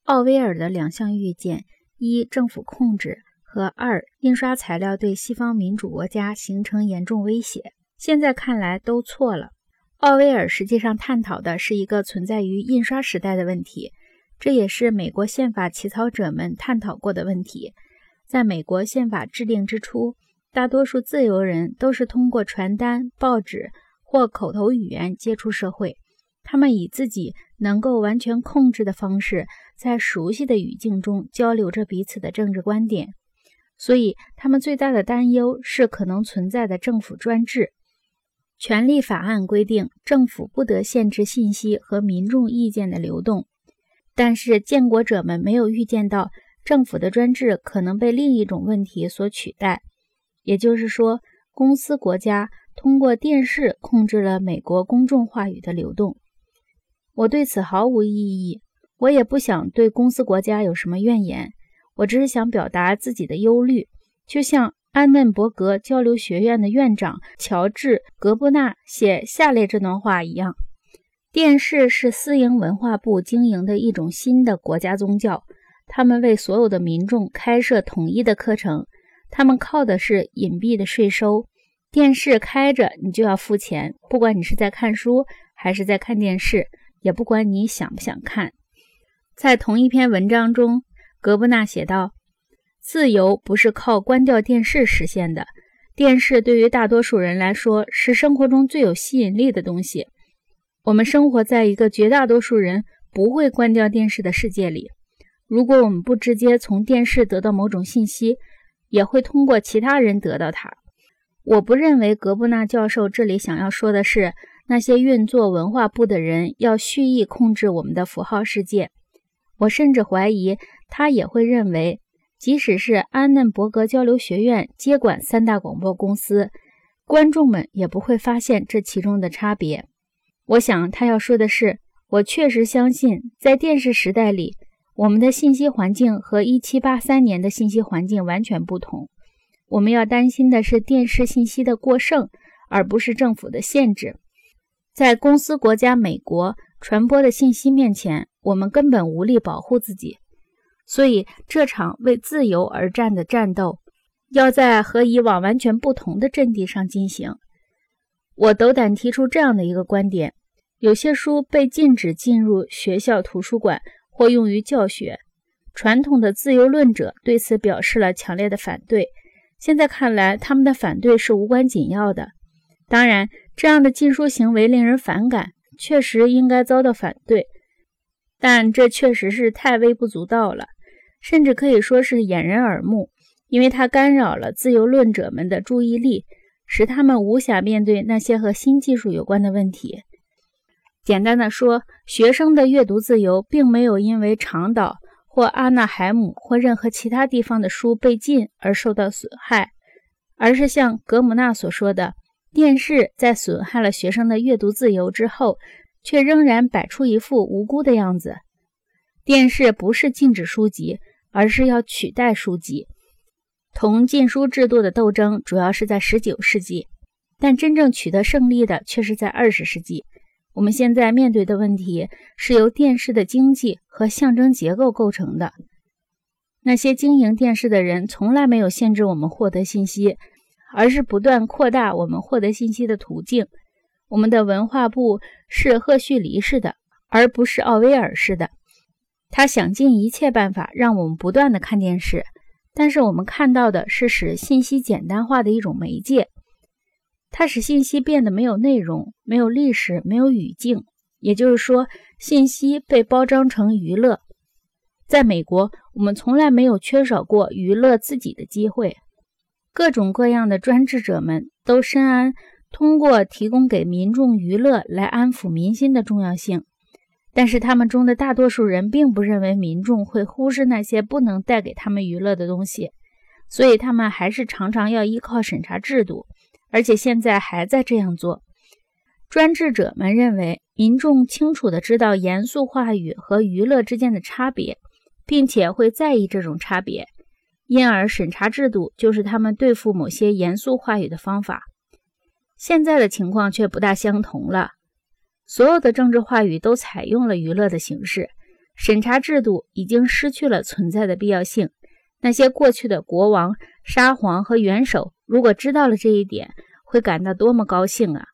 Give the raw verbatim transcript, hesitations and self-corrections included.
奥威尔的两项预见：一、政府控制和二、印刷材料对西方民主国家形成严重威胁。现在看来都错了。奥威尔实际上探讨的是一个存在于印刷时代的问题，这也是美国宪法起草者们探讨过的问题。在美国宪法制定之初，大多数自由人都是通过传单、报纸或口头语言接触社会，他们以自己能够完全控制的方式，在熟悉的语境中交流着彼此的政治观点。所以他们最大的担忧是可能存在的政府专制。权利法案规定，政府不得限制信息和民众意见的流动，但是建国者们没有预见到政府的专制可能被另一种问题所取代，也就是说，公司国家通过电视控制了美国公众话语的流动。我对此毫无异议，我也不想对公司国家有什么怨言，我只是想表达自己的忧虑，就像安嫩伯格交流学院的院长乔治·格布纳写下列这段话一样：电视是私营文化部经营的一种新的国家宗教，他们为所有的民众开设统一的课程，他们靠的是隐蔽的税收。电视开着，你就要付钱，不管你是在看书还是在看电视，也不管你想不想看。在同一篇文章中，格布纳写道，自由不是靠关掉电视实现的，电视对于大多数人来说是生活中最有吸引力的东西。我们生活在一个绝大多数人不会关掉电视的世界里。如果我们不直接从电视得到某种信息，也会通过其他人得到它。我不认为格布纳教授这里想要说的是，那些运作文化部的人要蓄意控制我们的符号世界。我甚至怀疑他也会认为，即使是安嫩伯格交流学院接管三大广播公司，观众们也不会发现这其中的差别。我想他要说的是，我确实相信在电视时代里，我们的信息环境和一七八三年的信息环境完全不同。我们要担心的是电视信息的过剩，而不是政府的限制。在公司国家美国传播的信息面前，我们根本无力保护自己。所以这场为自由而战的战斗，要在和以往完全不同的阵地上进行。我斗胆提出这样的一个观点：有些书被禁止进入学校图书馆或用于教学，传统的自由论者对此表示了强烈的反对。现在看来，他们的反对是无关紧要的。当然，这样的禁书行为令人反感，确实应该遭到反对，但这确实是太微不足道了，甚至可以说是掩人耳目，因为它干扰了自由论者们的注意力，使他们无暇面对那些和新技术有关的问题。简单的说，学生的阅读自由并没有因为长岛或阿纳海姆或任何其他地方的书被禁而受到损害，而是像格姆纳所说的，电视在损害了学生的阅读自由之后，却仍然摆出一副无辜的样子。电视不是禁止书籍，而是要取代书籍。同禁书制度的斗争主要是在十九世纪，但真正取得胜利的却是在二十世纪。我们现在面对的问题是由电视的经济和象征结构构成的。那些经营电视的人从来没有限制我们获得信息，而是不断扩大我们获得信息的途径。我们的文化部是赫胥黎式的，而不是奥威尔式的。他想尽一切办法让我们不断地看电视，但是我们看到的是使信息简单化的一种媒介。它使信息变得没有内容，没有历史，没有语境，也就是说，信息被包装成娱乐。在美国，我们从来没有缺少过娱乐自己的机会。各种各样的专制者们都深谙通过提供给民众娱乐来安抚民心的重要性，但是他们中的大多数人并不认为民众会忽视那些不能带给他们娱乐的东西，所以他们还是常常要依靠审查制度，而且现在还在这样做。专制者们认为民众清楚地知道严肃话语和娱乐之间的差别，并且会在意这种差别，因而审查制度就是他们对付某些严肃话语的方法。现在的情况却不大相同了，所有的政治话语都采用了娱乐的形式， 审查制度已经失去了存在的必要性。那些过去的国王、沙皇和元首如果知道了这一点，会感到多么高兴啊！